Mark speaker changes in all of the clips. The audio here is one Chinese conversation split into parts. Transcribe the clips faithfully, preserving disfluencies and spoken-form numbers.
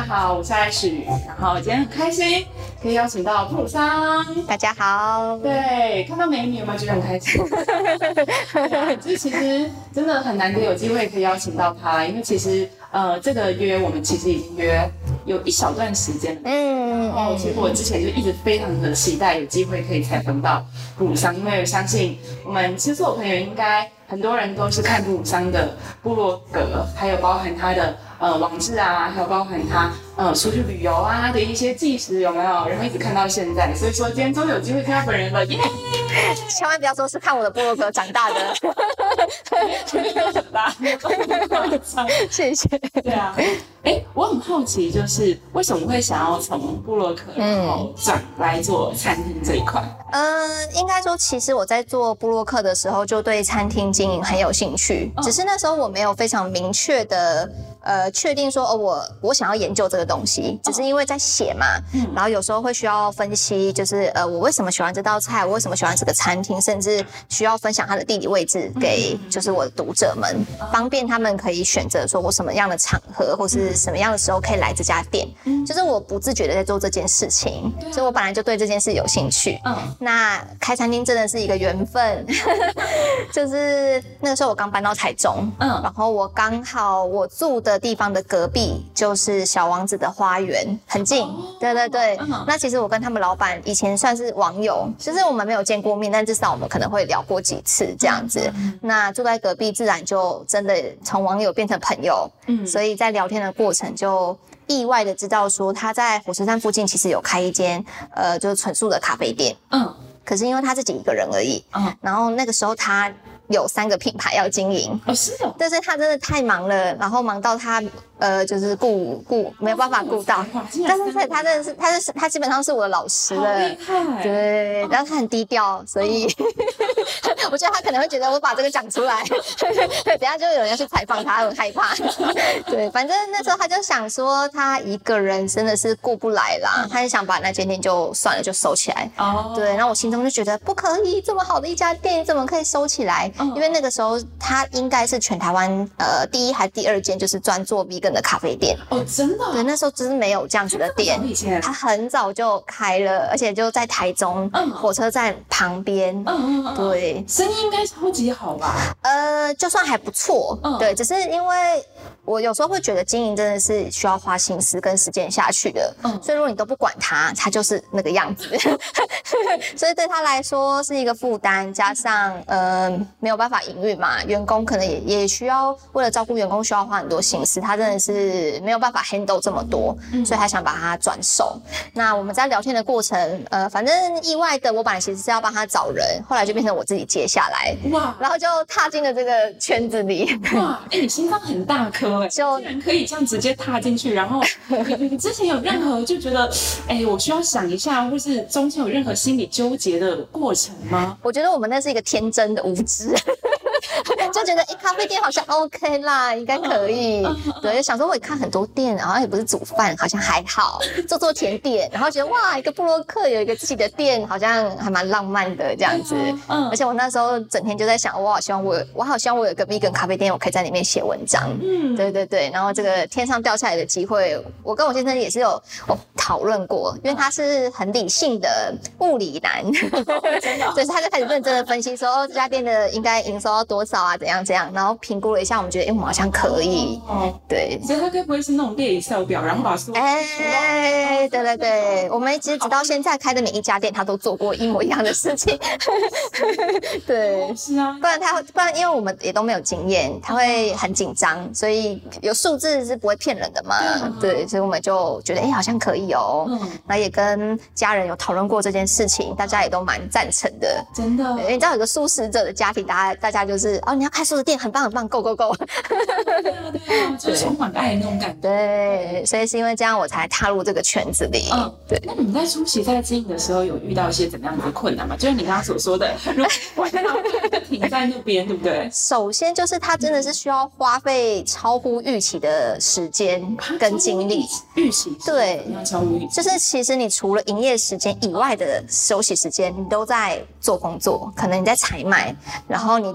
Speaker 1: 家好，我是艾许，然后今天很开心可以邀请到布鲁桑。
Speaker 2: 大家好。
Speaker 1: 对，看到美女有没有觉得很开心？对啊，就是其实真的很难得有机会可以邀请到他，因为其实呃这个约我们其实已经约有一小段时间了。嗯，然后其实我之前就一直非常的期待有机会可以采访到布鲁桑，因为我相信我们其实我朋友应该很多人都是看布鲁桑的部落格，还有包含他的呃网志啊，还有包含他呃出去旅游啊的一些纪实，有没有？然后一直看到现在，所以说今天终于有机会看到本人了，耶！
Speaker 2: 千万不要说是看我的部落格长大的，
Speaker 1: 没有长大，
Speaker 2: 谢谢。
Speaker 1: 对啊，哎，我很好奇，就是为什么会想要从部落格然后转来做餐厅这一块？
Speaker 2: 嗯，应该说，其实我在做部落客的时候，就对餐厅经营很有兴趣，哦、只是那时候我没有非常明确的。呃，确定说哦，我我想要研究这个东西，只是因为在写嘛，嗯，然后有时候会需要分析，就是呃，我为什么喜欢这道菜，我为什么喜欢这个餐厅，甚至需要分享它的地理位置给就是我的读者们，方便他们可以选择说我什么样的场合或是什么样的时候可以来这家店，嗯，就是我不自觉的在做这件事情，所以我本来就对这件事有兴趣，嗯，那开餐厅真的是一个缘分，就是那个时候我刚搬到台中，嗯，然后我刚好我住的。的地方的隔壁就是小王子的花园，很近。哦、对对对、嗯，那其实我跟他们老板以前算是网友，就是我们没有见过面，但至少我们可能会聊过几次这样子。嗯、那住在隔壁，自然就真的从网友变成朋友。嗯，所以在聊天的过程就意外的知道说他在火车站附近其实有开一间呃就是纯素的咖啡店。嗯，可是因为他自己一个人而已。嗯，然后那个时候他。有三个品牌要经营，
Speaker 1: 哦是哦，
Speaker 2: 但是他真的太忙了，然后忙到他呃就是顾顾没有办法顾到，但是他真的是他是他基本上是我的老师了，
Speaker 1: 好厉害，
Speaker 2: 对，然后他很低调，所以、哦、我觉得他可能会觉得我把这个讲出来，等一下就有人要去采访他，很害怕，对，反正那时候他就想说他一个人真的是顾不来啦，他就想把那间店就算了就收起来，哦，对，然后我心中就觉得不可以，这么好的一家店你怎么可以收起来？因为那个时候他应该是全台湾呃第一还第二间就是专做 vegan 的咖啡店
Speaker 1: 哦，真的、哦？
Speaker 2: 对，那时候真是没有这样子的店，他很早就开了，而且就在台中、嗯、火车站旁边，嗯嗯嗯，对，
Speaker 1: 生意应该超级好吧？
Speaker 2: 呃，就算还不错，嗯，对，只是因为我有时候会觉得经营真的是需要花心思跟时间下去的，嗯，所以如果你都不管它，它就是那个样子，所以对他来说是一个负担，加上呃没有办法营运嘛，员工可能也也需要为了照顾员工需要花很多心思，他真的是没有办法 handle 这么多，嗯，所以他想把它转手。那我们在聊天的过程，呃，反正意外的，我本来其实是要帮他找人，后来就变成我自己接下来，哇，然后就踏进了这个圈子里，
Speaker 1: 哇，哎、欸，你心脏很大颗。就竟然可以这样直接踏进去，然后你你之前有任何就觉得，哎、欸，我需要想一下，或是中间有任何心理纠结的过程吗？
Speaker 2: 我觉得我们那是一个天真的无知。就觉得哎、欸，咖啡店好像 OK 啦，应该可以。对，就想说我也看很多店，好像也不是煮饭，好像还好，做做甜点，然后觉得哇，一个部落客有一个自己的店，好像还蛮浪漫的这样子。嗯，而且我那时候整天就在想，我好希望我，我好希望我有一个 vegan 咖啡店，我可以在里面写文章。嗯，对对对。然后这个天上掉下来的机会，我跟我先生也是有讨论过，因为他是很理性的物理男，真的，所以他就开始认真的分析说，哦，这家店的应该营收要多少啊，怎样怎样，然后评估了一下，我们觉得，哎、欸，我们好像可以，哦，对，
Speaker 1: 所以他该不会是那种列 Excel 表，然后把所有，
Speaker 2: 哎，对对对，我们其实直到现在开的每一家店，他都做过一模一样的事情，对，
Speaker 1: 是啊，
Speaker 2: 不然他不然因为我们也都没有经验，他会很紧张，所以有数字是不会骗人的嘛，嗯、对，所以我们就觉得，哎、欸，好像可以哦，嗯，然后也跟家人有讨论过这件事情，大家也都蛮赞成的，
Speaker 1: 真的，
Speaker 2: 你知道有个素食者的家庭，大家大家就是哦，你要开素食店，很棒很棒 ，Go Go Go，
Speaker 1: 对啊对啊，就是充满爱的那种感觉，
Speaker 2: 对，所以是因为这样我才踏入这个圈子里，嗯，对。
Speaker 1: 那你们在初期在经营的时候，有遇到一些怎么样的困难吗？就是你刚刚所说的，如果玩到就停在那边，对不对？
Speaker 2: 首先就是它真的是需要花费超乎预期的时间跟精力，
Speaker 1: 预期
Speaker 2: 对，
Speaker 1: 超乎预期，
Speaker 2: 就是其实你除了营业时间以外的休息时间，你都在做工作，可能你在采买，然后你在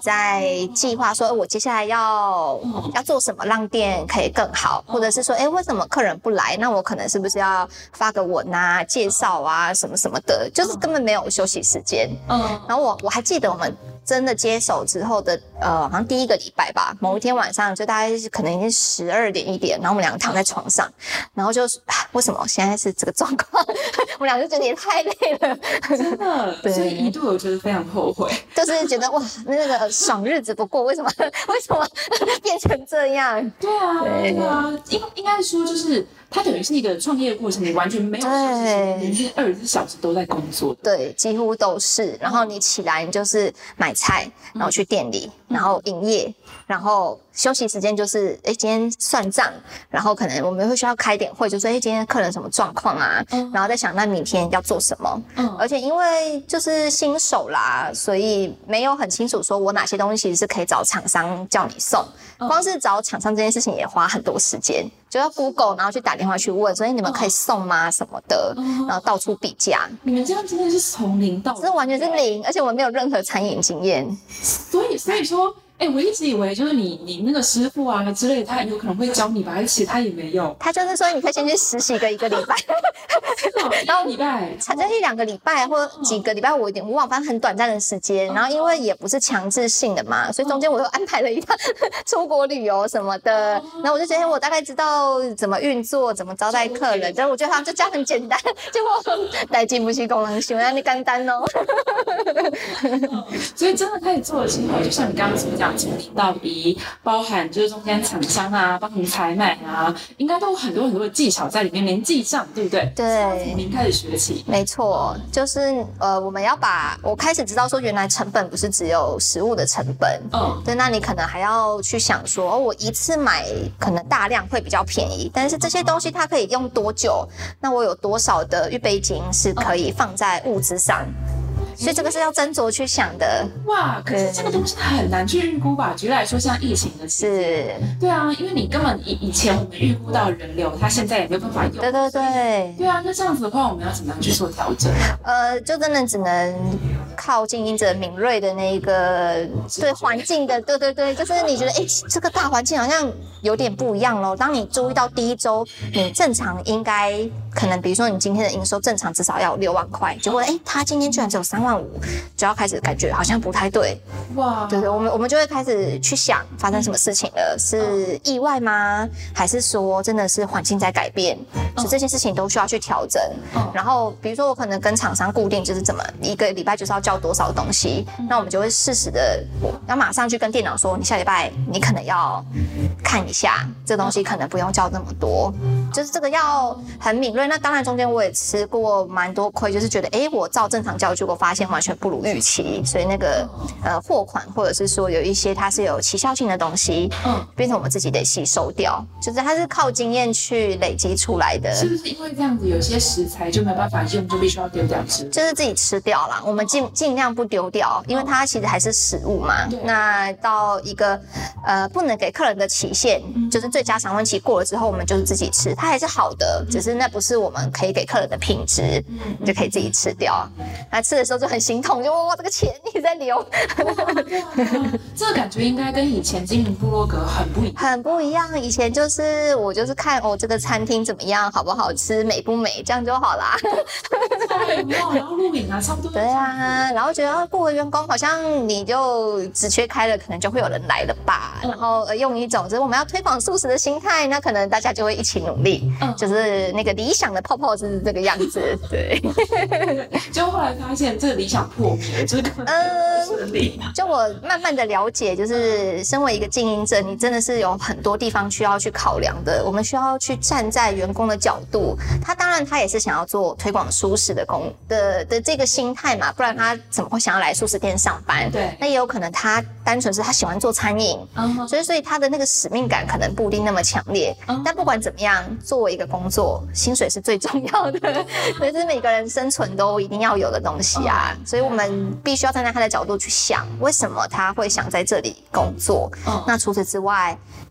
Speaker 2: 会计划说，我接下来要要做什么让店可以更好，或者是说，哎，为什么客人不来？那我可能是不是要发个文啊、介绍啊什么什么的，就是根本没有休息时间。嗯，然后我我还记得我们真的接手之后的，呃，好像第一个礼拜吧，某一天晚上就大概是可能已经十二点一点，然后我们两个躺在床上，然后就为什么现在是这个状况？我们两个就觉得也太累了，
Speaker 1: 真的，对，所以一度我觉得非常后悔，
Speaker 2: 就是觉得哇，那个爽日子不过，为什么为什么变成这样？
Speaker 1: 对啊，对啊，应应该说就是。它等于是一个创业的过程，你完全没有休息时间，你是二十四小时都在工作的。
Speaker 2: 对，几乎都是。然后你起来，你就是买菜，然后去店里，嗯、然后营业，然后休息时间就是，哎，今天算账，然后可能我们会需要开点会，就说，哎，今天客人什么状况啊？嗯、然后再想那明天要做什么。嗯。而且因为就是新手啦，所以没有很清楚说我哪些东西其实是可以找厂商叫你送。嗯、光是找厂商这件事情也花很多时间。就要 Google， 然后去打电话去问，所以你们可以送吗？什么的，然后到处比价。
Speaker 1: 你们这样真的是从零到零，
Speaker 2: 这完全是零，而且我没有任何餐饮经验。
Speaker 1: 所以，所以说，哎、欸，我一直以为就是你，你那个师傅啊之类的，他有可能会教你吧，而且他也没有。
Speaker 2: 他就是说，你可以先去实习个一个礼拜，
Speaker 1: 然后礼拜，
Speaker 2: 反正一两个礼拜或几个礼拜，我有点忘，反正很短暂的时间。然后因为也不是强制性的嘛，所以中间我又安排了一趟出国旅游什么的。然后我就觉得我大概知道怎么运作，怎么招待客人。但我觉得他们就这样很简单，结果带进不去功能性，那你简单哦。
Speaker 1: 所以真的开始做了之后，就像你刚刚所讲。从零到一，包含就是中间厂商啊，帮你采买啊，应该都有很多很多的技巧在里面，连记账，对不对？
Speaker 2: 对，
Speaker 1: 从零开始学起。
Speaker 2: 没错，就是呃，我们要把我开始知道说，原来成本不是只有食物的成本，嗯，对，那你可能还要去想说，哦，我一次买可能大量会比较便宜，但是这些东西它可以用多久？那我有多少的预备金是可以放在物资上？所以这个是要斟酌去想的。
Speaker 1: 哇，可是这个东西很难去预估吧？举例来说，像疫情的期间，是，对啊，因为你根本以以前我们预估到人流，它现在也没有办法用。
Speaker 2: 对对对。
Speaker 1: 对啊，那这样子的话，我们要怎么样去做调整？
Speaker 2: 呃，就真的只能靠经营者敏锐的那个对环境的，对对对，就是你觉得，哎，这个大环境好像有点不一样咯。当你注意到第一周，你正常应该可能，比如说你今天的营收正常至少要有六万块，结果哎，他今天居然只有三万五，就要开始感觉好像不太对。哇，对对，我们我们就会开始去想发生什么事情了，是意外吗？还是说真的是环境在改变？所以这些事情都需要去调整。然后比如说我可能跟厂商固定就是怎么一个礼拜就是要交多少东西，那我们就会适时的要马上去跟店长说，你下礼拜你可能要看一下，这东西可能不用交那么多，就是这个要很敏锐。那当然中间我也吃过蛮多亏，就是觉得哎，我照正常交，结果发现完全不如预期，所以那个呃货款或者是说有一些它是有期效性的东西，嗯，变成我们自己得吸收掉，就是它是靠经验去累积出来的。
Speaker 1: 是不是因为这样子有些食材就没办法用，就必须要丢掉吃？
Speaker 2: 就是自己吃掉啦，我们尽尽量不丢掉，因为它其实还是食物嘛。那到一个呃不能给客人的期限，嗯、就是最佳赏味期过了之后，我们就是自己吃，它还是好的，只是那不是我们可以给客人的品质，嗯、你就可以自己吃掉。那吃的时候就很心痛，就哇这个钱一直在流。
Speaker 1: 这个感觉应该跟以前经营部落格很不一样，
Speaker 2: 很不一样。以前就是我就是看哦这个餐厅怎么样，好不好吃，美不美，这样就好啦。
Speaker 1: 然后录影啊，差不多。
Speaker 2: 对啊，然后觉得雇个员工好像你就只缺开了，可能就会有人来了吧。嗯、然后用一种就是我们要推广素食的心态，那可能大家就会一起努力。嗯，就是那个理想的泡泡是这个样子。对。
Speaker 1: 就后来发现这个理想破灭，就是根本不顺利。
Speaker 2: 就我慢慢的了解，就是身为一个经营者，你真的是有很多地方需要去考量的。我们需要去站在员工的角度，他当然他也是想要做推广素食的工的的这个心态嘛，不然他怎么会想要来素食店上班？对，那也有可能他单纯是他喜欢做餐饮，嗯、所以所以他的那个使命感可能不一定那么强烈。嗯、但不管怎么样，作为一个工作，薪水是最重要的，所以这是每个人生存都一定要有的东西啊。嗯、所以我们必须要站在他的角度去想，为什么他会想在这里工作？嗯、那除此之外，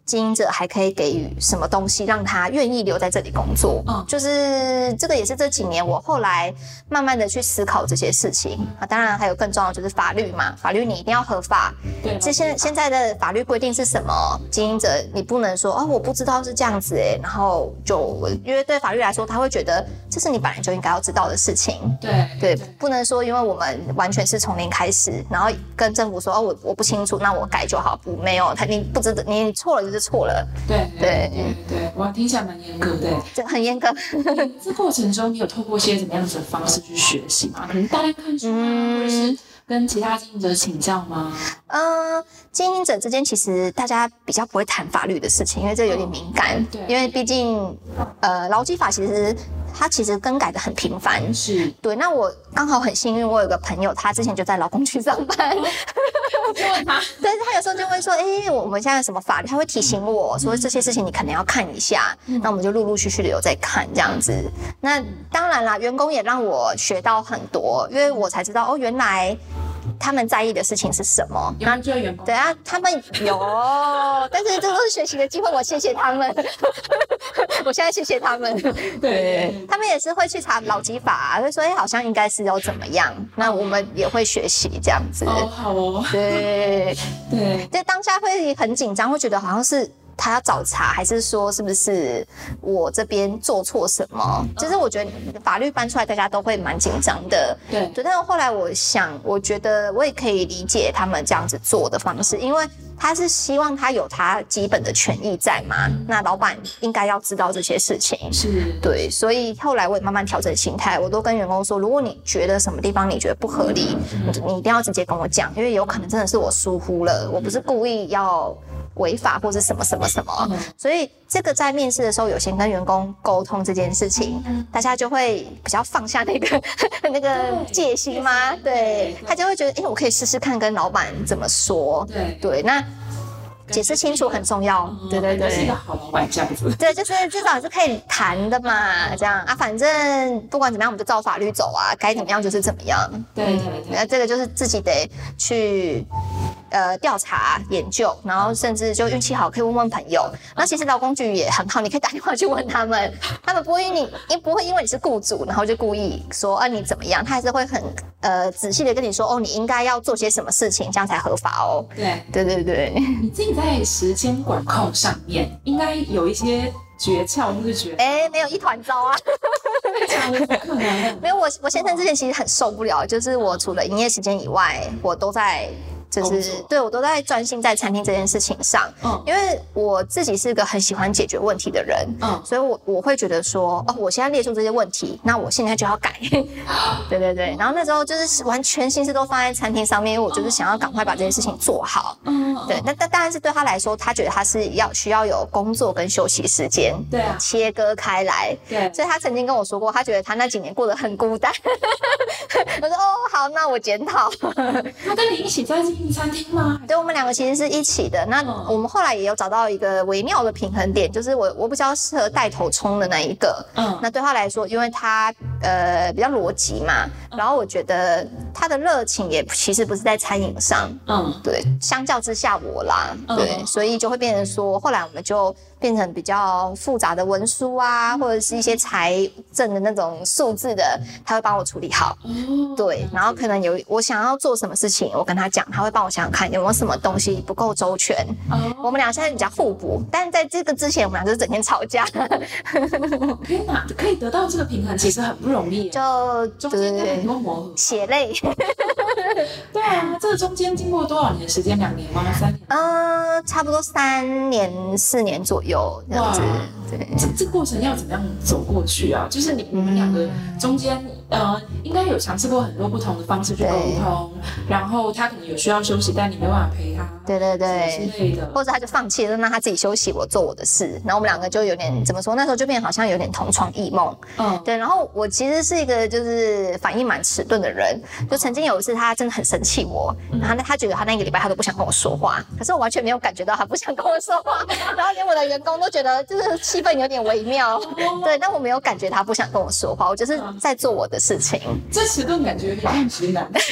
Speaker 2: 经营者还可以给予什么东西让他愿意留在这里工作。嗯，就是这个也是这几年我后来慢慢的去思考这些事情啊。当然还有更重要的就是法律嘛，法律你一定要合法。对，这现现在的法律规定是什么？经营者你不能说哦我不知道是这样子哎，然后就因为对法律来说他会觉得这是你本来就应该要知道的事情。
Speaker 1: 对
Speaker 2: 对，不能说因为我们完全是从零开始，然后跟政府说哦我我不清楚，那我改就好。不，没有他，你不知道你错了就是错了。
Speaker 1: 对对对对，哇，听起来蛮严格的，
Speaker 2: 这很严格。
Speaker 1: 这过程中你有透过一些怎么样子的方式去学习吗？可能大量看书啊，嗯、或者是跟其他经营者请教吗？
Speaker 2: 嗯、呃，经营者之间其实大家比较不会谈法律的事情，因为这有点敏感。哦、对，因为毕竟呃劳基法其实它其实更改的很频繁。是，对。那我刚好很幸运，我有个朋友，他之前就在劳工局上班。
Speaker 1: 就问他，
Speaker 2: 但是他有时候就会说，哎、欸，我们现在有什么法律？他会提醒我说这些事情你可能要看一下。嗯、那我们就陆陆续续的有在看这样子。那当然啦，员工也让我学到很多，因为我才知道哦，原来他们在意的事情是什么。
Speaker 1: 有没有员工？
Speaker 2: 对啊，他们有，但是这都是学习的机会，我谢谢他们。我现在谢谢他们。对，对他们也是会去查劳基法，会说，哎、欸，好像应该是要怎么样。那我们也会学习这样子。
Speaker 1: 哦，好哦。
Speaker 2: 对对，就当下会很紧张，会觉得好像是他要找茬，还是说是不是我这边做错什么？就是我觉得法律搬出来，大家都会蛮紧张的。对对，但是后来我想，我觉得我也可以理解他们这样子做的方式，因为他是希望他有他基本的权益在嘛。那老板应该要知道这些事情。是，对，所以后来我也慢慢调整心态，我都跟员工说，如果你觉得什么地方你觉得不合理，你你一定要直接跟我讲，因为有可能真的是我疏忽了，我不是故意要违法或是什么什么什么，嗯、所以这个在面试的时候有先跟员工沟通这件事情，嗯、大家就会比较放下那个那个戒心吗？对，他就会觉得，哎、欸，我可以试试看跟老板怎么说。对对，那解释清楚很重要。嗯、对对对，
Speaker 1: 是一个好老板这样子。
Speaker 2: 对，就是至少是可以谈的嘛，这样啊，反正不管怎么样，我们就照法律走啊，该怎么样就是怎么样。对对对，那这个就是自己得去。呃，调查研究，然后甚至就运气好可以问问朋友。那其实劳工局也很好，你可以打电话去问他们，他们不会因你，因不会因为你是雇主，然后就故意说啊你怎么样，他还是会很呃仔细的跟你说哦，你应该要做些什么事情，这样才合法哦。对对对对，
Speaker 1: 你自己在时间管控上面应该有一些诀窍，或是诀
Speaker 2: 哎、欸，没有一团糟啊。没有，我我先生之前其实很受不了，就是我除了营业时间以外，我都在。就是对我都在专心在餐厅这件事情上，嗯，因为我自己是个很喜欢解决问题的人，嗯，所以我我会觉得说，哦，我现在列出这些问题，那我现在就要改，对对对，然后那时候就是完全心思都放在餐厅上面，因为我就是想要赶快把这件事情做好，嗯，对，那但当然是对他来说，他觉得他是要需要有工作跟休息时间，对啊，切割开来，对，所以他曾经跟我说过，他觉得他那几年过得很孤单，我说哦好，那我检讨，
Speaker 1: 他跟你一起在经营餐厅吗？
Speaker 2: 对，我们两个其实是一起的。那我们后来也有找到一个微妙的平衡点，就是我我比较适合带头冲的那一个。嗯，那对他来说，因为他呃比较逻辑嘛，然后我觉得他的热情也其实不是在餐饮上。嗯，对，相较之下我啦，对，嗯、所以就会变成说，后来我们就变成比较复杂的文书啊，或者是一些财政的那种数字的，他会帮我处理好。哦，对，然后可能有我想要做什么事情，我跟他讲，他会帮我想想看有没有什么东西不够周全。哦，我们俩现在比较互补，但在这个之前，我们俩就是整天吵架。
Speaker 1: 天哪，可以得到这个平衡，其实很不容易。
Speaker 2: 就
Speaker 1: 中间有很多磨合，
Speaker 2: 血泪。
Speaker 1: 对啊，这个中间经过多少年的时间？两年吗？三年？
Speaker 2: 呃，差不多三年、四年左右这样子。对，
Speaker 1: 这这过程要怎么样走过去啊？就是你你们两个中间。呃，应该有尝试过很多不同的方式去沟通，然后他可能有需要休息，但你没办法陪他，
Speaker 2: 对对对
Speaker 1: 之类的，
Speaker 2: 或者他就放弃了，让他自己休息，我做我的事。然后我们两个就有点怎么说？那时候就变好像有点同床异梦。嗯，对。然后我其实是一个就是反应蛮迟钝的人，就曾经有一次他真的很生气我，然后他觉得他那个礼拜他都不想跟我说话，可是我完全没有感觉到他不想跟我说话，然后连我的员工都觉得就是气氛有点微妙，对，但我没有感觉他不想跟我说话，我就是在做我的事情。
Speaker 1: 这迟钝感觉有点像直男。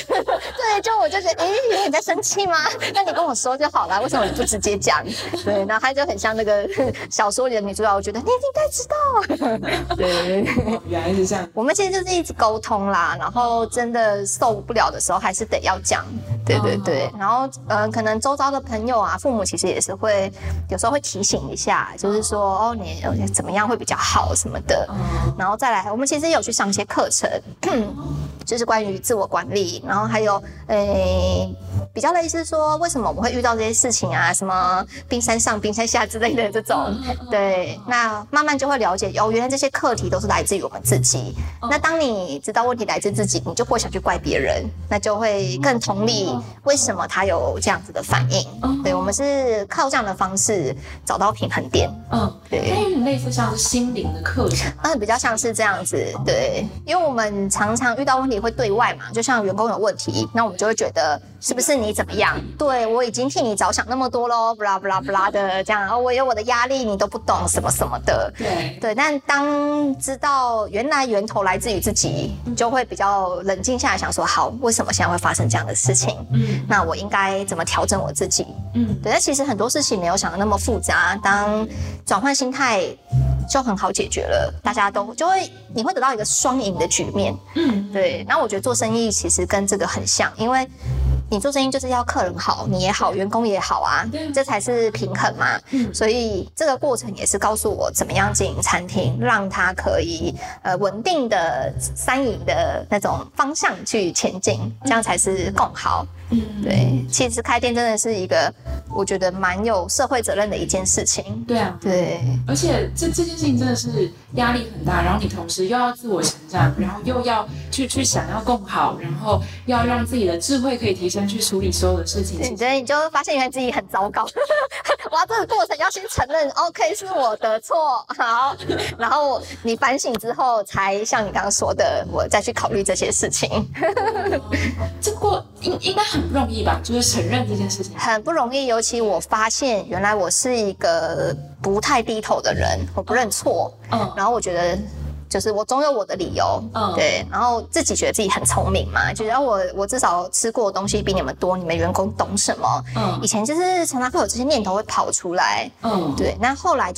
Speaker 2: 对，就我就觉得，哎、欸，你在生气吗？那你跟我说就好了，为什么你不直接讲？对，然后他就很像那个小说里的女主角，我觉得你应该知道。对，
Speaker 1: 原来是这样。
Speaker 2: 我们其实就是一直沟通啦，然后真的受不了的时候，还是得要讲。对对对，然后呃，可能周遭的朋友啊，父母其实也是会有时候会提醒一下，就是说哦，你怎么样会比较好什么的。然后再来，我们其实有去上一些课程。就是关于自我管理，然后还有诶、比较类似说为什么我们会遇到这些事情啊，什么冰山上冰山下之类的这种，对，那慢慢就会了解哦，原来这些课题都是来自于我们自己。那当你知道问题来自自己，你就不会想去怪别人，那就会更同理为什么他有这样子的反应。对，我们是靠这样的方式找到平衡点。
Speaker 1: 嗯，对，它有点类似像是心灵的课程，
Speaker 2: 嗯，比较像是这样子。对，因为我们常常遇到问题会对外嘛，就像员工有问题，那我们就会觉得是不是你怎么样？对，我已经替你着想那么多咯，不啦不啦不啦的这样，哦，我有我的压力，你都不懂什么什么的。
Speaker 1: 对
Speaker 2: 对，但当知道原来源头来自于自己，就会比较冷静下来，想说好，为什么现在会发生这样的事情？嗯，那我应该怎么调整我自己？嗯，对，但其实很多事情没有想的那么复杂，当转换心态就很好解决了，大家都就会你会得到一个双赢的局面。嗯，对。然后我觉得做生意其实跟这个很像，因为你做生意就是要客人好，你也好，员工也好啊，这才是平衡嘛。嗯，所以这个过程也是告诉我怎么样经营餐厅，让它可以呃稳定的三赢的那种方向去前进，这样才是更好。嗯，对，其实开店真的是一个我觉得蛮有社会责任的一件事情。
Speaker 1: 对啊，
Speaker 2: 对，
Speaker 1: 而且这这件事情真的是压力很大，然后你同时又要自我成长，然后又要去去想要更好，然后要让自己的智慧可以提升，去处理所有的事情。
Speaker 2: 对，你就发现原来自己很糟糕，哇，这个过程要先承认 ，OK 是我的错，好，然后你反省之后，才像你刚刚说的，我再去考虑这些事情。
Speaker 1: 这过应应该很不容易吧？就是承认这件事情
Speaker 2: 很不容易，尤其我发现原来我是一个不太低头的人，我不认错，嗯，然后我觉得。就是我总有我的理由，嗯，对，然后自己觉得自己很聪明嘛，觉得我我至少吃过的东西比你们多，你们员工懂什么？嗯，以前就是常常会有这些念头会跑出来，嗯，对，那后来就是，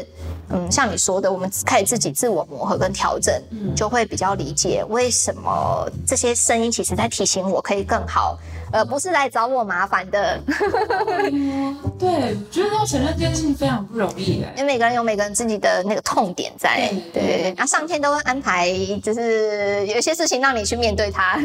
Speaker 2: 嗯，像你说的，我们开始自己自我磨合跟调整，嗯，就会比较理解为什么这些声音其实在提醒我可以更好。呃，不是来找我麻烦的。
Speaker 1: 对，我觉得要承认这件事情非常不容易哎，
Speaker 2: 因为每个人有每个人自己的那个痛点在，对，对，然后上天都会安排，就是有一些事情让你去面对它。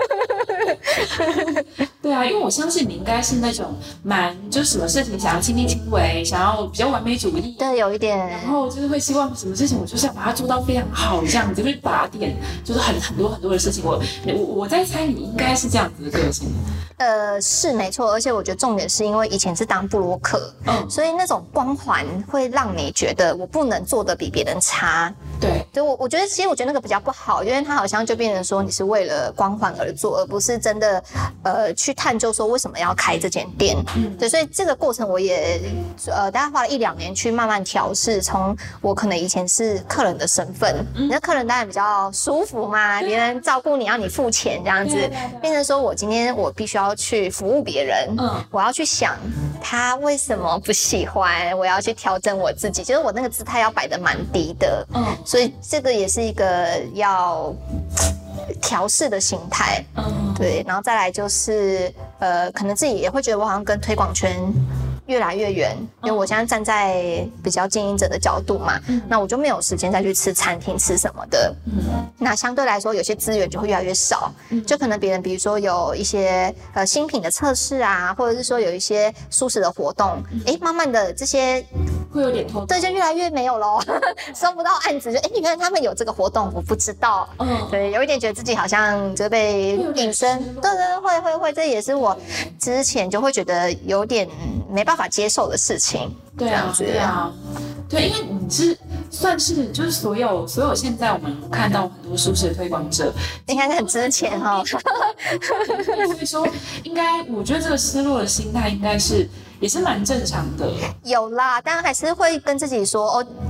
Speaker 1: 对啊，因为我相信你应该是那种蛮，就是什么事情想要亲力亲为，想要比较完美主义，
Speaker 2: 对，有一点，
Speaker 1: 然后就是会希望什么事情我就是要把它做到非常好，这样子就是打点，就是很很多很多的事情，我我我在猜你应该是这样子的个性。
Speaker 2: 呃，是没错，而且我觉得重点是因为以前是当部落客，嗯，所以那种光环会让你觉得我不能做得比别人差。
Speaker 1: 对，
Speaker 2: 对我我觉得其实我觉得那个比较不好，因为他好像就变成说你是为了光环而做，而不是真的呃去探究说为什么要开这间店。嗯，对，所以这个过程我也呃大概花了一两年去慢慢调试，从我可能以前是客人的身份，嗯，那客人当然比较舒服嘛，别人照顾你要你付钱这样子，变成说我今天我必须要去服务别人，嗯，我要去想他为什么不喜欢，我要去调整我自己，就是我那个姿态要摆得蛮低的，嗯。所以这个也是一个要调试的心态，嗯，对，然后再来就是呃，可能自己也会觉得我好像跟推广圈越来越远，因为我现在站在比较经营者的角度嘛，嗯，那我就没有时间再去吃餐厅吃什么的，嗯，那相对来说有些资源就会越来越少，嗯，就可能别人比如说有一些呃新品的测试啊，或者是说有一些素食的活动，哎，慢慢的这些
Speaker 1: 会有点拖，
Speaker 2: 对，就越来越没有咯，收不到案子，就哎，原来他们有这个活动，我不知道，嗯，对，有一点觉得自己好像就被隐身，对对，会会会，这也是我之前就会觉得有点没办法接受的事情，
Speaker 1: 对啊，对啊，对，因为你是算是就是所有所有现在我们看到很多素食的推广者，
Speaker 2: 应该是很之前哈，
Speaker 1: 所以说应该我觉得这个失落的心态应该是也是蛮正常的。
Speaker 2: 有啦，当然还是会跟自己说哦。嗯，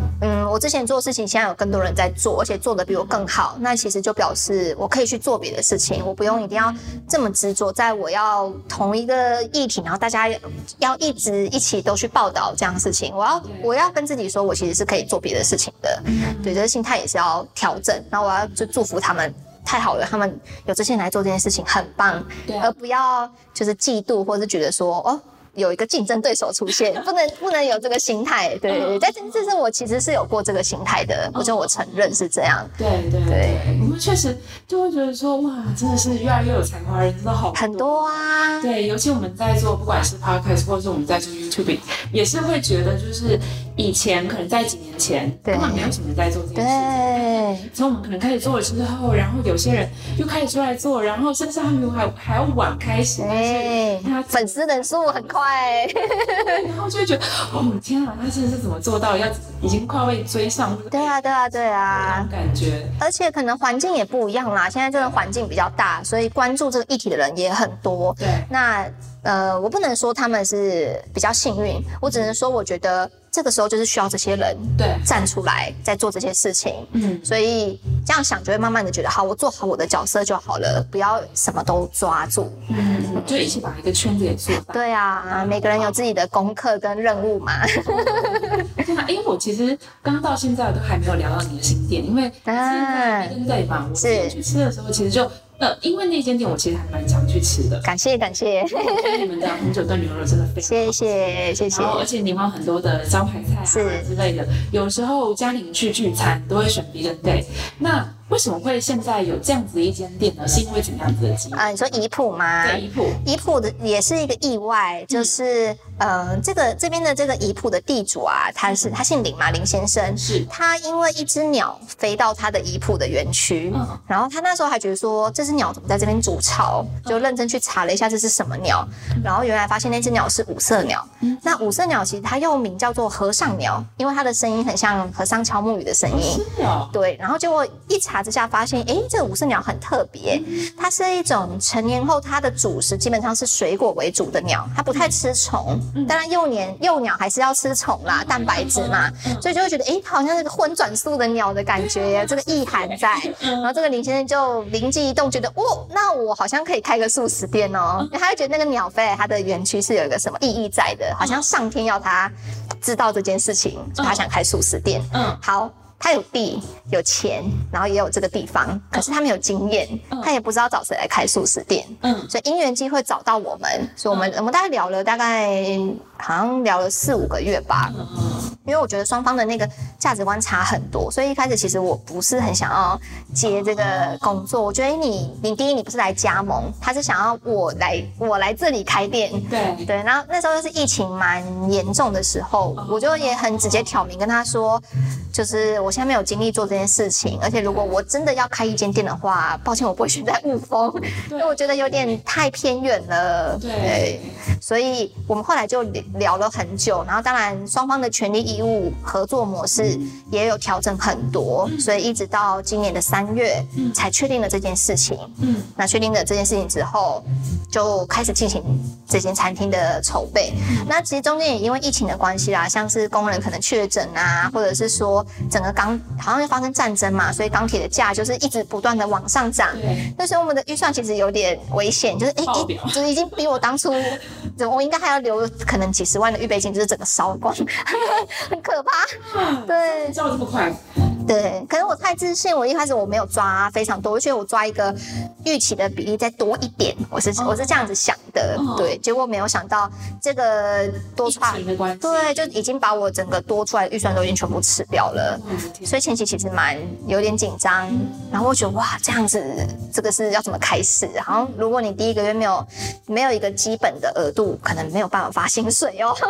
Speaker 2: 我之前做的事情，现在有更多人在做，而且做得比我更好，那其实就表示我可以去做别的事情，我不用一定要这么执着在我要同一个议题，然后大家要一直一起都去报道这样的事情。我要我要跟自己说，我其实是可以做别的事情的。对，这个心态也是要调整。然后我要就祝福他们。太好了，他们有这些人来做这件事情很棒，而不要就是嫉妒或是觉得说哦有一个竞争对手出现，不能不能有这个心态。对对对，但是这是我其实是有过这个心态的，我觉得我承认是这样。
Speaker 1: 对对对，你们确实就会觉得说哇，真的是越来越有才华的人真的好多
Speaker 2: 很多啊。
Speaker 1: 对，尤其我们在做不管是 podcast 或者是我们在做 YouTube， 也是会觉得就是以前可能在几年前根本没有什么人在做这件事情。对，从我们可能开始做了之后，然后有些人又开始出来做，然后甚至他们还还要晚开始，
Speaker 2: 对，粉丝人数很快。
Speaker 1: 然后就会觉得，哦天啊，他真的是怎么做到？要已经快被追上？
Speaker 2: 对啊，对啊，对啊，
Speaker 1: 感觉。
Speaker 2: 而且可能环境也不一样啦，现在这个环境比较大，所以关注这个议题的人也很多。
Speaker 1: 对，
Speaker 2: 那呃，我不能说他们是比较幸运，我只能说我觉得这个时候就是需要这些人
Speaker 1: 对
Speaker 2: 站出来在做这些事情。
Speaker 1: 嗯，
Speaker 2: 所以这样想就会慢慢的觉得，好，我做好我的角色就好了，不要什么都抓住。
Speaker 1: 嗯，就一起把一个圈子给做大。
Speaker 2: 对啊，每个人有自己的功课跟任务嘛。
Speaker 1: 对啊，因为我其实刚到现在都还没有聊到你的新店，因为现在跟对嘛，我去吃的时候其实就。呃，因为那间店我其实还蛮常去吃的。
Speaker 2: 感谢感谢，
Speaker 1: 我觉得你们的红酒炖牛肉真的非常
Speaker 2: 好，谢谢谢谢。
Speaker 1: 然后而且你们有很多的招牌菜啊之类的，有时候家里去聚餐都会选 Vegan Day。那为什么会现在有这样子一间店呢？是因为怎么样子的机会？
Speaker 2: 啊，你说怡普吗？
Speaker 1: 对，怡普。
Speaker 2: 怡普的也是一个意外，就是嗯、呃，这个这边的这个怡普的地主啊，他是他姓林嘛，林先生。
Speaker 1: 是。
Speaker 2: 他因为一只鸟飞到他的怡普的园区，
Speaker 1: 嗯，
Speaker 2: 然后他那时候还觉得说这只鸟怎么在这边筑巢，就认真去查了一下这是什么鸟，嗯、然后原来发现那只鸟是五色鸟。嗯，那五色鸟其实它又名叫做和尚鸟，因为它的声音很像和尚敲木鱼的声音。
Speaker 1: 是哦。
Speaker 2: 对，然后结果一查之下发现，哎。这个五色鸟很特别，它是一种成年后它的主食基本上是水果为主的鸟，它不太吃虫。当然幼年幼鸟还是要吃虫啦，蛋白质嘛，所以就会觉得，哎，它好像是个荤转素的鸟的感觉，这个意涵在。然后这个林先生就灵机一动，觉得，哦，那我好像可以开个素食店哦，因为他就觉得那个鸟飞来他的园区是有一个什么意义在的，好像上天要他知道这件事情，所以他想开素食店。嗯，好。他有地有钱，然后也有这个地方，可是他没有经验，嗯、他也不知道找谁来开素食店，嗯，所以因缘机会找到我们，所以我们、嗯、我们大概聊了大概好像聊了四五个月吧，嗯、因为我觉得双方的那个价值观差很多，所以一开始其实我不是很想要接这个工作，我觉得你你第一你不是来加盟，他是想要我来我来这里开店，
Speaker 1: 对
Speaker 2: 对，然后那时候就是疫情蛮严重的时候，哦、我就也很直接挑明跟他说，就是我现在没有精力做这件事情，而且如果我真的要开一间店的话，抱歉我不会选在雾峰，因为我觉得有点太偏远了。
Speaker 1: 对，
Speaker 2: 对，所以我们后来就聊了很久，然后当然双方的权利义务合作模式也有调整很多，嗯、所以一直到今年的三月、嗯、才确定了这件事情。嗯，那确定了这件事情之后，就开始进行这间餐厅的筹备。嗯、那其实中间也因为疫情的关系啦，像是工人可能确诊啊，或者是说整个钢好像发生战争嘛，所以钢铁的价就是一直不断的往上涨。对，那时候我们的预算其实有点危险，就是哎哎，就是已经比我当初，我应该还要留可能几十万的预备金，就是整个烧光，很可怕。对，
Speaker 1: 烧得这么快。
Speaker 2: 对，可能我太自信，我一开始我没有抓非常多，而且我抓一个预期的比例再多一点，我是、哦、我是这样子想的，哦、对，结果没有想到这个多出来，对，就已经把我整个多出来的预算都已经全部吃掉了，嗯、所以前期其实蛮有点紧张，嗯、然后我觉得哇，这样子这个是要怎么开始？好像如果你第一个月没有没有一个基本的额度，可能没有办法发薪水哦。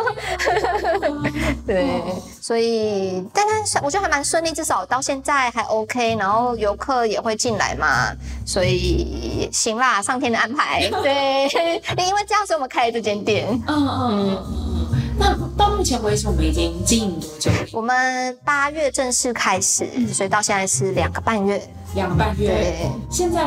Speaker 2: 对，所以但是我觉得还蛮顺利，至少。到现在还 OK， 然后游客也会进来嘛，所以行啦，上天的安排。对，因为这样，所以我们开了这间店。
Speaker 1: 嗯嗯嗯。那到目前为止，我们已经经营多久了？
Speaker 2: 我们八月正式开始，所以到现在是两个半月。
Speaker 1: 两个半月。对。现在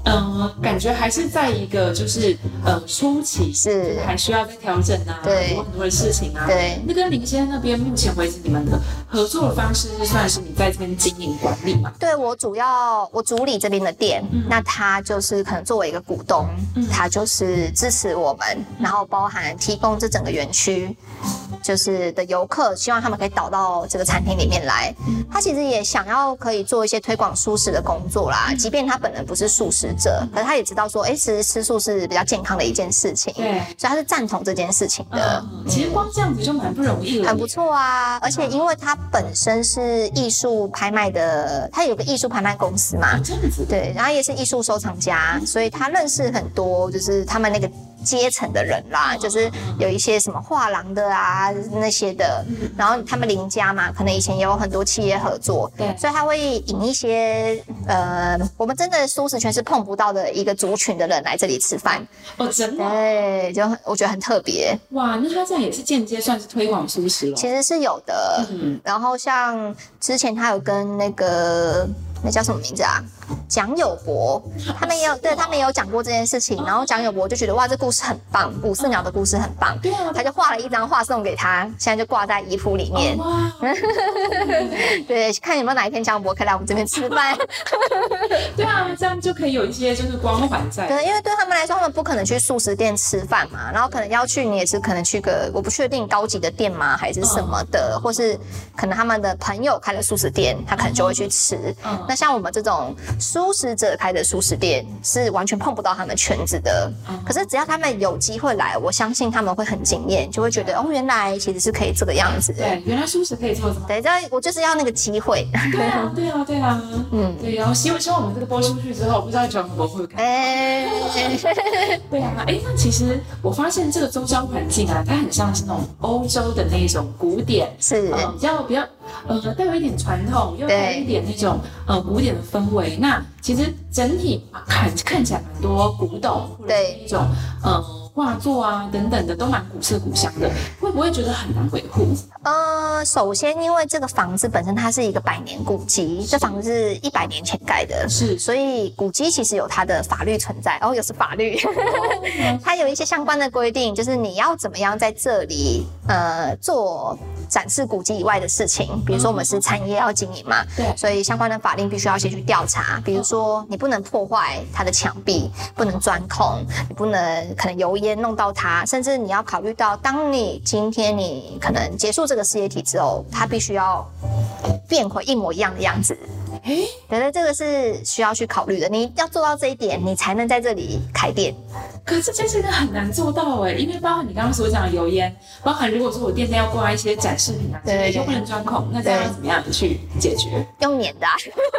Speaker 1: 呃，感觉还是在一个就是呃初期，
Speaker 2: 是
Speaker 1: 还需要再调整啊，
Speaker 2: 对，
Speaker 1: 有很多的事情啊。
Speaker 2: 对，
Speaker 1: 那跟林先生那边目前为止，你们的合作的方式是算是你在这边经营管理嘛？
Speaker 2: 对，我主要我主理这边的店，嗯、那他就是可能作为一个股东，嗯、他就是支持我们，然后包含提供这整个园区。就是的游客，希望他们可以导到这个餐厅里面来。嗯、他其实也想要可以做一些推广素食的工作啦，嗯、即便他本人不是素食者，可是他也知道说，哎，其实吃素是比较健康的一件事情，
Speaker 1: 对，
Speaker 2: 所以他是赞同这件事情的。
Speaker 1: 嗯、其实光这样子就蛮不容易了，
Speaker 2: 很不错啊。而且因为他本身是艺术拍卖的，他有个艺术拍卖公司嘛，
Speaker 1: 哦、这样子，
Speaker 2: 对，然后也是艺术收藏家，所以他认识很多，就是他们那个阶层的人啦，就是有一些什么画廊的啊那些的，然后他们邻家嘛，可能以前也有很多企业合作，
Speaker 1: 对，
Speaker 2: 所以他会引一些呃，我们真的素食圈是碰不到的一个族群的人来这里吃饭。
Speaker 1: 哦，真的？
Speaker 2: 对，就我觉得很特别。
Speaker 1: 哇，那他这样也是间接算是推广素食了。
Speaker 2: 其实是有的，嗯，然后像之前他有跟那个那叫什么名字啊？蒋友柏，他们也有对他们也有讲过这件事情，然后蒋友柏就觉得哇，这故事很棒，五四鸟的故事很棒，
Speaker 1: 对啊，
Speaker 2: 他就画了一张画送给他，现在就挂在衣服里面。
Speaker 1: 哦、哇，
Speaker 2: 对，看有没有哪一天蒋友柏可以来我们这边吃饭。
Speaker 1: 对啊，这样就可以有一些就是光环在。
Speaker 2: 对，因为对他们来说，他们不可能去素食店吃饭嘛，然后可能要去，你也是可能去个我不确定高级的店吗，还是什么的，嗯、或是可能他们的朋友开了素食店，他可能就会去吃。嗯、那像我们这种素食者开的素食店是完全碰不到他们圈子的，嗯、可是只要他们有机会来，我相信他们会很惊艳，就会觉得哦，原来其实是可以这个样子。
Speaker 1: 对，原来素食可以做这么。
Speaker 2: 对，我就是要那个机会。
Speaker 1: 对啊，对啊，对啊，嗯，对，然后希望希望我们这个播出去之后，不知道蒋友柏会不会看。哎，对啊，哎，那其实我发现这个周遭环境啊，它很像是那种欧洲的那种古典，
Speaker 2: 是，
Speaker 1: 呃、比较比较呃带有一点传统，又带有一点那种呃古典的氛围。那其实整体看看起来蛮多古董，或者是那种呃画作啊等等的，都蛮古色古香的。会不会觉得很难维护？
Speaker 2: 呃，首先因为这个房子本身它是一个百年古迹，这房子是一百年前盖的，
Speaker 1: 是，
Speaker 2: 所以古迹其实有它的法律存在。哦，又是法律，它有一些相关的规定，就是你要怎么样在这里呃做展示古迹以外的事情，比如说我们是产业要经营嘛，
Speaker 1: 对，
Speaker 2: 所以相关的法令必须要先去调查，比如说你不能破坏它的墙壁，不能钻孔，你不能可能油烟弄到它，甚至你要考虑到，当你今天你可能结束这个事业体之后，它必须要变回一模一样的样子。
Speaker 1: 哎，
Speaker 2: 对对，这个是需要去考虑的。你要做到这一点，你才能在这里开店。
Speaker 1: 可是这件事情很难做到哎，因为包含你刚刚所讲的油烟，包含如果说我店内要挂一些展示品啊，对，又不能钻孔，那这样要怎么样去解决？
Speaker 2: 用粘的、啊。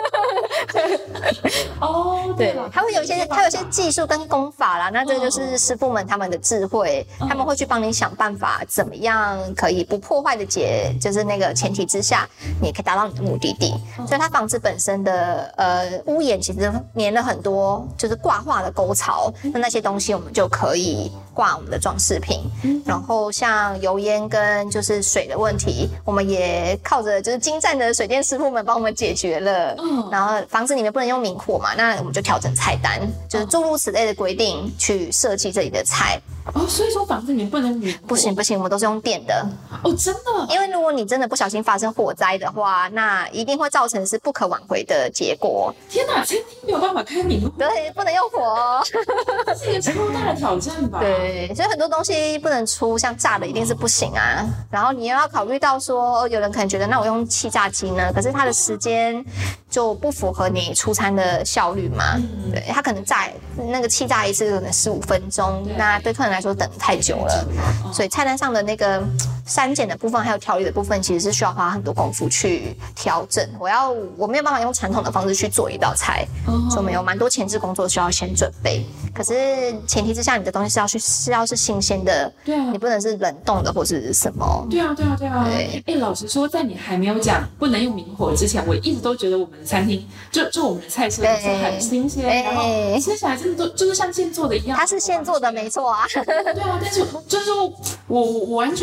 Speaker 1: 哦，
Speaker 2: 对，它会有一些，它有一些技术跟功法啦。那这个就是师傅们他们的智慧，哦、他们会去帮你想办法，怎么样可以不破坏的解，就是那个前提之下，你也可以达到你的目的地。哦、所以它房子本身的呃屋檐其实粘了很多，就是挂画的沟槽，那那些东西我们就可以挂我们的装饰品。嗯、然后像油烟跟就是水的问题，我们也靠着就是精湛的水电师傅们帮我们解决了。嗯、然后房子里面不能用明火嘛，那我们就调整菜单，就是诸如此类的规定去设计这里的菜。
Speaker 1: 哦，所以说房子里面不能明火？
Speaker 2: 不行不行，我们都是用电的。
Speaker 1: 哦，真的？
Speaker 2: 因为如果你真的不小心发生火灾的话，那一定会造成是不可挽回的结果。
Speaker 1: 天哪，餐厅没有办法开明火？
Speaker 2: 对，不能用火哦。
Speaker 1: 这是一个超大的挑战吧？
Speaker 2: 对，所以很多东西不能出，像炸的一定是不行啊。然后你又要考虑到说，有人可能觉得那我用气炸机呢，可是它的时间就不符合你出餐的效率嘛。嗯、对，它可能炸那个气炸一次可能十五分钟，那对客人来说等太久了，哦、所以菜单上的那个删减的部分还有调理的部分，其实是需要花很多功夫去调整。我要我没有办法用传统的方式去做一道菜，哦、所以我们有蛮多前置工作需要先准备。可是前提之下，你的东西是要去是要是新鲜的，
Speaker 1: 对啊，
Speaker 2: 你不能是冷冻的或是什么。
Speaker 1: 对啊，对啊，对啊。对，哎，老实说，在你还没有讲不能用明火之前，我一直都觉得我们的餐厅就就我们的菜色都是很新鲜，然后吃起来真的都就是像现做的一样。
Speaker 2: 它是现做的，没错啊。
Speaker 1: 对啊，但是就是我我完全不知道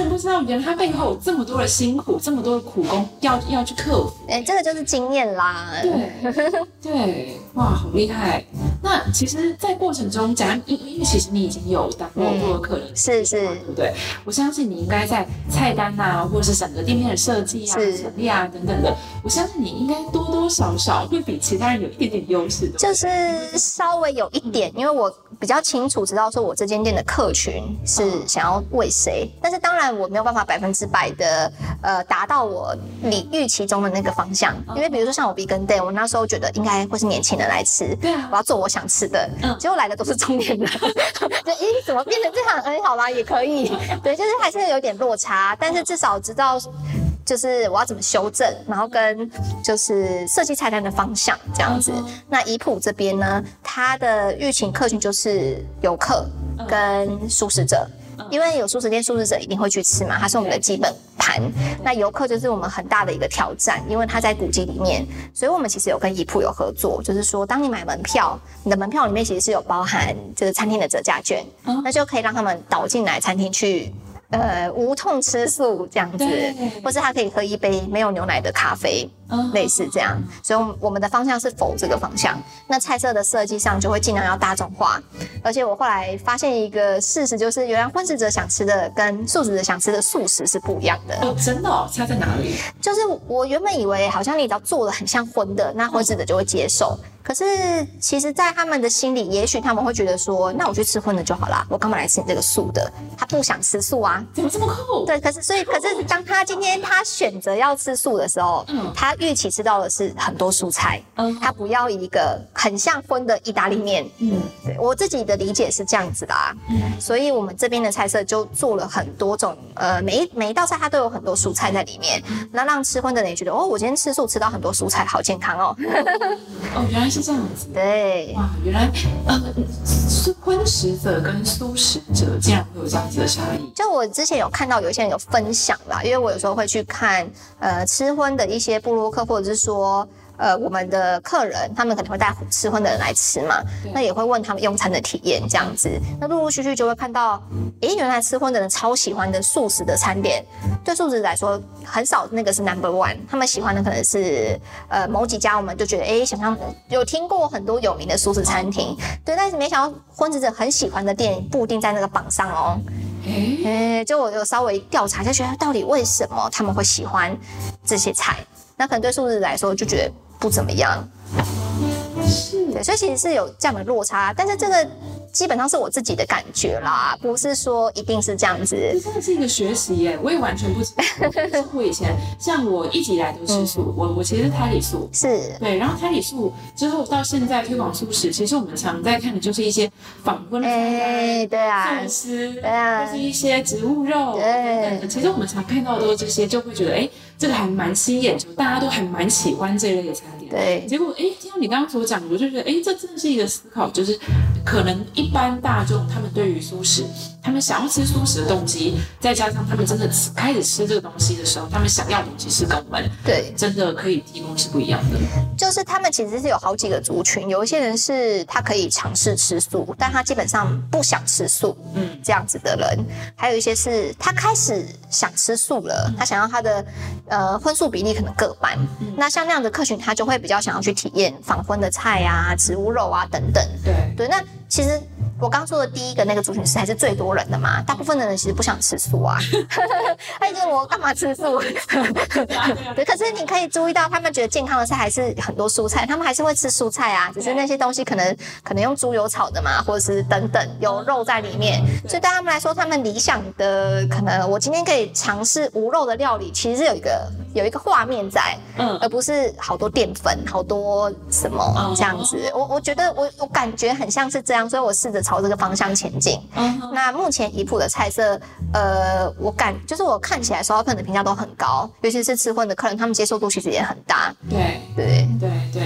Speaker 1: 原来它背后有这么多的辛苦，这么多的苦功要要去克服。
Speaker 2: 哎、欸，这个就是经验啦。
Speaker 1: 对对，哇，好厉害！那其实，在过程中，假如因因为其实你已经有当过部落客人、嗯，
Speaker 2: 是是，
Speaker 1: 对不对？我相信你应该在菜单啊，或者是整个店面的设计啊、陈列啊等等的，我相信你应该多多少少会比其他人有一点点优势的。
Speaker 2: 就是稍微有一点，因为我比较清楚知道说我这间店的客群是想要为谁，但是当然我没有办法百分之百的呃达到我理预期中的那个方向，因为比如说像我 Vegan Day， 我那时候觉得应该会是年轻人来吃，对啊，我要做我想吃的，嗯，结果来的都是中年人，就咦怎么变成这样？嗯，好啦，也可以，对，就是还是有点落差，但是至少知道。就是我要怎么修正，然后跟就是设计菜单的方向这样子。Uh-huh. 那怡普这边呢，它的预期客群就是游客跟素食者。Uh-huh. 因为有素食店，素食者一定会去吃嘛，它是我们的基本盘。那游客就是我们很大的一个挑战，因为它在古迹里面，所以我们其实有跟怡普有合作，就是说，当你买门票，你的门票里面其实是有包含这个餐厅的折价券， uh-huh. 那就可以让他们导进来餐厅去。呃，无痛吃素这样子，或是他可以喝一杯没有牛奶的咖啡，嗯、类似这样。所以我们的方向是否这个方向。那菜色的设计上就会尽量要大众化。而且我后来发现一个事实，就是原来荤食者想吃的跟素食者想吃的素食是不一样的。
Speaker 1: 哦，真的哦？差在哪里？
Speaker 2: 就是我原本以为好像你只要做的很像荤的，那荤食者就会接受。可是其实在他们的心里，也许他们会觉得说，那我去吃荤的就好啦，我干嘛来吃你这个素的？他不想吃素啊。
Speaker 1: 怎么这么酷？
Speaker 2: 对，可是所以可是当他今天他选择要吃素的时候，嗯，他预期吃到的是很多蔬菜，嗯，他不要一个很像荤的意大利面，嗯，对，我自己的理解是这样子啦，嗯，所以我们这边的菜色就做了很多种，呃，每一每一道菜它都有很多蔬菜在里面，那让吃荤的人也觉得，哦，我今天吃素吃到很多蔬菜，好健康哦。
Speaker 1: 哦，原来是这样子。
Speaker 2: 对，
Speaker 1: 哇，原来呃，荤食者跟素食者竟然会有这样子的差异。
Speaker 2: 就我之前有看到有一些人有分享啦，因为我有时候会去看呃吃荤的一些部落客，或者是说呃我们的客人，他们可能会带吃荤的人来吃嘛，那也会问他们用餐的体验这样子，那陆陆续续就会看到，诶，原来吃荤的人超喜欢的素食的餐点，对素食者来说很少那个是 number one， 他们喜欢的可能是呃某几家，我们就觉得诶，想象有听过很多有名的素食餐厅，对，但是没想到荤食者很喜欢的店不一定在那个榜上哦。诶、欸，就我有稍微调查，就觉得到底为什么他们会喜欢这些菜？那可能对素食者来说就觉得不怎么样。是，对，所以其实是有这样的落差，但是这个基本上是我自己的感觉啦，不是说一定是这样子。
Speaker 1: 这真的是一个学习耶，我也完全不知道。我以前像我一直以来都吃素，嗯、我我其实是胎里素，
Speaker 2: 是对，
Speaker 1: 然后胎里素之后到现在推广素食，其实我们常在看的就是一些仿荤菜单、
Speaker 2: 欸，对啊，
Speaker 1: 寿司，
Speaker 2: 对啊，
Speaker 1: 或是一些植物肉等等的。其实我们常看到的都是这些，就会觉得哎、欸，这个还蛮吸引眼球，大家都还蛮喜欢这一类的餐点。
Speaker 2: 对，
Speaker 1: 结果哎，听到你刚刚所讲，我就觉得哎，这真的是一个思考，就是可能一般大众他们对于素食，他们想要吃素食的动机，再加上他们真的开始吃这个东西的时候，他们想要的东西是跟我们对真的可以提供是不一样的。
Speaker 2: 就是他们其实是有好几个族群，有一些人是他可以尝试吃素，但他基本上不想吃素，嗯，这样子的人，还有一些是他开始想吃素了，嗯、他想要他的呃荤素比例可能各半，嗯、那像那样的客群，他就会比较想要去体验仿荤的菜啊、植物肉啊等等。对对，那其实我刚说的第一个那个族群是还是最多人的嘛，大部分的人其实不想吃素啊，他觉得我干嘛吃素？对，可是你可以注意到，他们觉得健康的菜还是很多蔬菜，他们还是会吃蔬菜啊，只是那些东西可能可能用猪油炒的嘛，或者是等等有肉在里面，所以对他们来说，他们理想的可能我今天可以尝试无肉的料理，其实是有一个有一个画面在，嗯，而不是好多淀粉、好多什么这样子。我我觉得我我感觉很像是这样，所以我试着朝这个方向前进。嗯，那目前怡普的菜色，呃，我感就是我看起来收到客人的评价都很高，尤其是吃荤的客人，他们接受度其实也很大。
Speaker 1: 对
Speaker 2: 对
Speaker 1: 对对，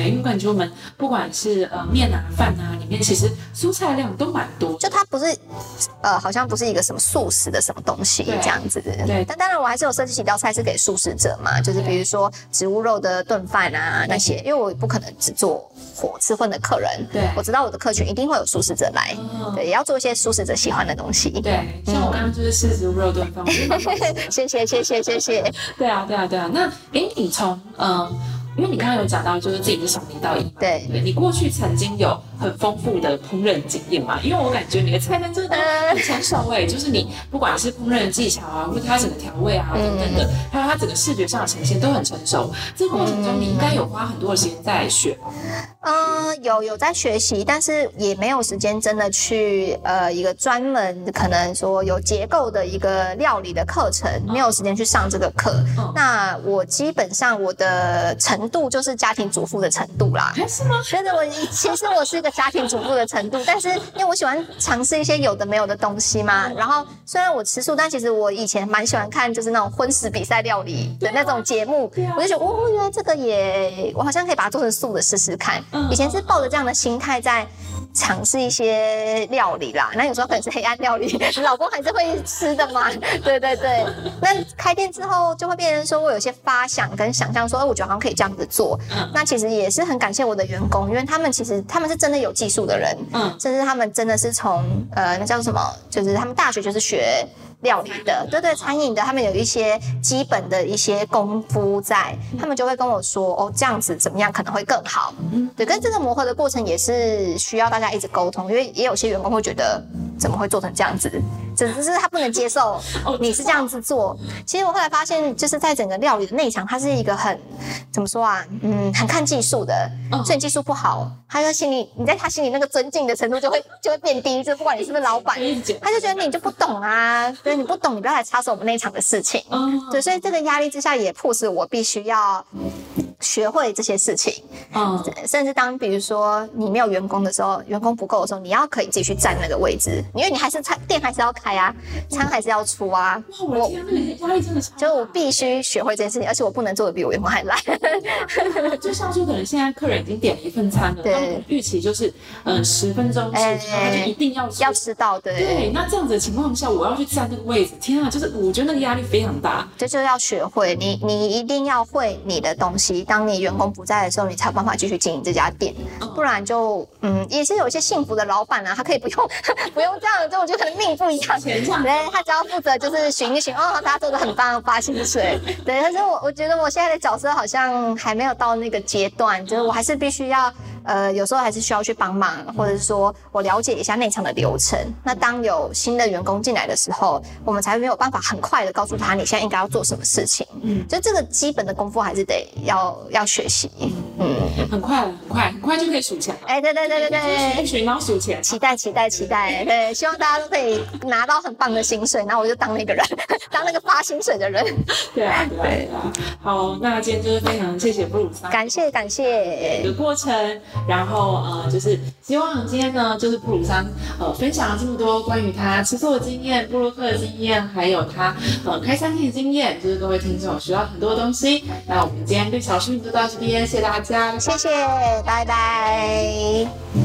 Speaker 1: 哎，因为感觉我们不管是呃面啊饭啊，里面其实蔬菜量都蛮多，
Speaker 2: 就它不是呃好像不是一个什么素食的什么东西这样子。
Speaker 1: 对，
Speaker 2: 但当然我还是有设计几道菜是给素食者嘛，就是比如说植物肉的炖饭啊那些，因为我不可能只做火吃荤的客人，
Speaker 1: 对，
Speaker 2: 我知道我的客群一定会有素食者来，嗯、对，也要做一些素食者喜欢的东西。
Speaker 1: 对，像我刚刚就是吃植物肉炖饭，
Speaker 2: 谢谢谢谢谢谢。
Speaker 1: 对啊对啊对啊，那哎，你从嗯。因为你刚刚有讲到，就是自己是从零到一，
Speaker 2: 对，
Speaker 1: 对，你过去曾经有很丰富的烹饪经验嘛？因为我感觉你的菜单真的很成熟哎，就是你不管是烹饪技巧啊，或者它整个调味啊等等的，还有它整个视觉上的呈现都很成熟。这个过程中你应该有花很多的时间在学。
Speaker 2: 嗯，有有在学习，但是也没有时间真的去呃一个专门可能说有结构的一个料理的课程，没有时间去上这个课。嗯、那我基本上我的程度就是家庭主妇的程度啦。
Speaker 1: 是吗？
Speaker 2: 觉得我其实我是一个家庭主妇的程度，但是因为我喜欢尝试一些有的没有的东西嘛。然后虽然我吃素，但其实我以前蛮喜欢看就是那种荤食比赛料理的那种节目，我就觉得哦，原来这个也我好像可以把它做成素的试试看。以前是抱着这样的心态在尝试一些料理啦，那有时候可能是黑暗料理，老公还是会吃的嘛。对对对，那开店之后就会变成说我有些发想跟想象说，哎，我觉得好像可以这样子做。嗯、那其实也是很感谢我的员工，因为他们其实他们是真的有技术的人，嗯，甚至他们真的是从呃那叫什么，就是他们大学就是学料理的，对对，餐饮的，他们有一些基本的一些功夫在，他们就会跟我说，哦，这样子怎么样可能会更好。嗯，对，跟这个磨合的过程也是需要大家一直沟通，因为也有些员工会觉得怎么会做成这样子，只是他不能接受你是这样子做。其实我后来发现，就是在整个料理的内场，它是一个很怎么说啊，嗯，很看技术的，所以你技术不好，他就心里你在他心里那个尊敬的程度就会就会变低，就不管你是不是老板，他就觉得你就不懂啊，对，你不懂，你不要来插手我们那一场的事情。对，所以这个压力之下也迫使我必须要学会这些事情。嗯，甚至当比如说你没有员工的时候，员工不够的时候，你要可以自己去占那个位置，因为你还是餐店还是要开啊，餐还是要出啊。
Speaker 1: 哇，我的天，那个压力真的超大。
Speaker 2: 就是我必须学会这件事情，而且我不能做的比我员工还烂。
Speaker 1: 就像说，可能现在客人已经点了一份餐了，他们预期就是嗯十分钟之前他就一定要吃
Speaker 2: 要吃到，对
Speaker 1: 对。那这样子的情况下，我要去占那个位置，天啊，就是我觉得那个压力非常大。
Speaker 2: 这就是要学会，你你一定要会你的东西。当你员工不在的时候，你才有办法继续经营这家店，不然就嗯也是有一些幸福的老板啊，他可以不用不用这样，就我觉得可能命不一样，对，他只要负责就是巡一巡，哦，大家做的很棒，发薪水，对。但是我我觉得我现在的角色好像还没有到那个阶段，就是我还是必须要。呃，有时候还是需要去帮忙，或者是说我了解一下内场的流程。那当有新的员工进来的时候，我们才没有办法很快的告诉他你现在应该要做什么事情。嗯，就这个基本的功夫还是得要要学习。
Speaker 1: 嗯，很快很快很快就可以数钱了。
Speaker 2: 哎，对对对对对，
Speaker 1: 数然后数钱，
Speaker 2: 期待期待期待。对，希望大家都可以拿到很棒的薪水，然后我就当那个人，当那个发薪水的人。
Speaker 1: 对啊对啊对啊。好，那今天就是非常谢谢布鲁桑，
Speaker 2: 感谢感谢
Speaker 1: 的过程。然后呃，就是希望今天呢，就是布鲁桑呃分享了这么多关于他吃素的经验、部落客的经验，还有他呃开餐厅的经验，就是各位听众学到很多的东西。那我们今天对小视频就到这边，谢谢大家，
Speaker 2: 谢谢，拜拜。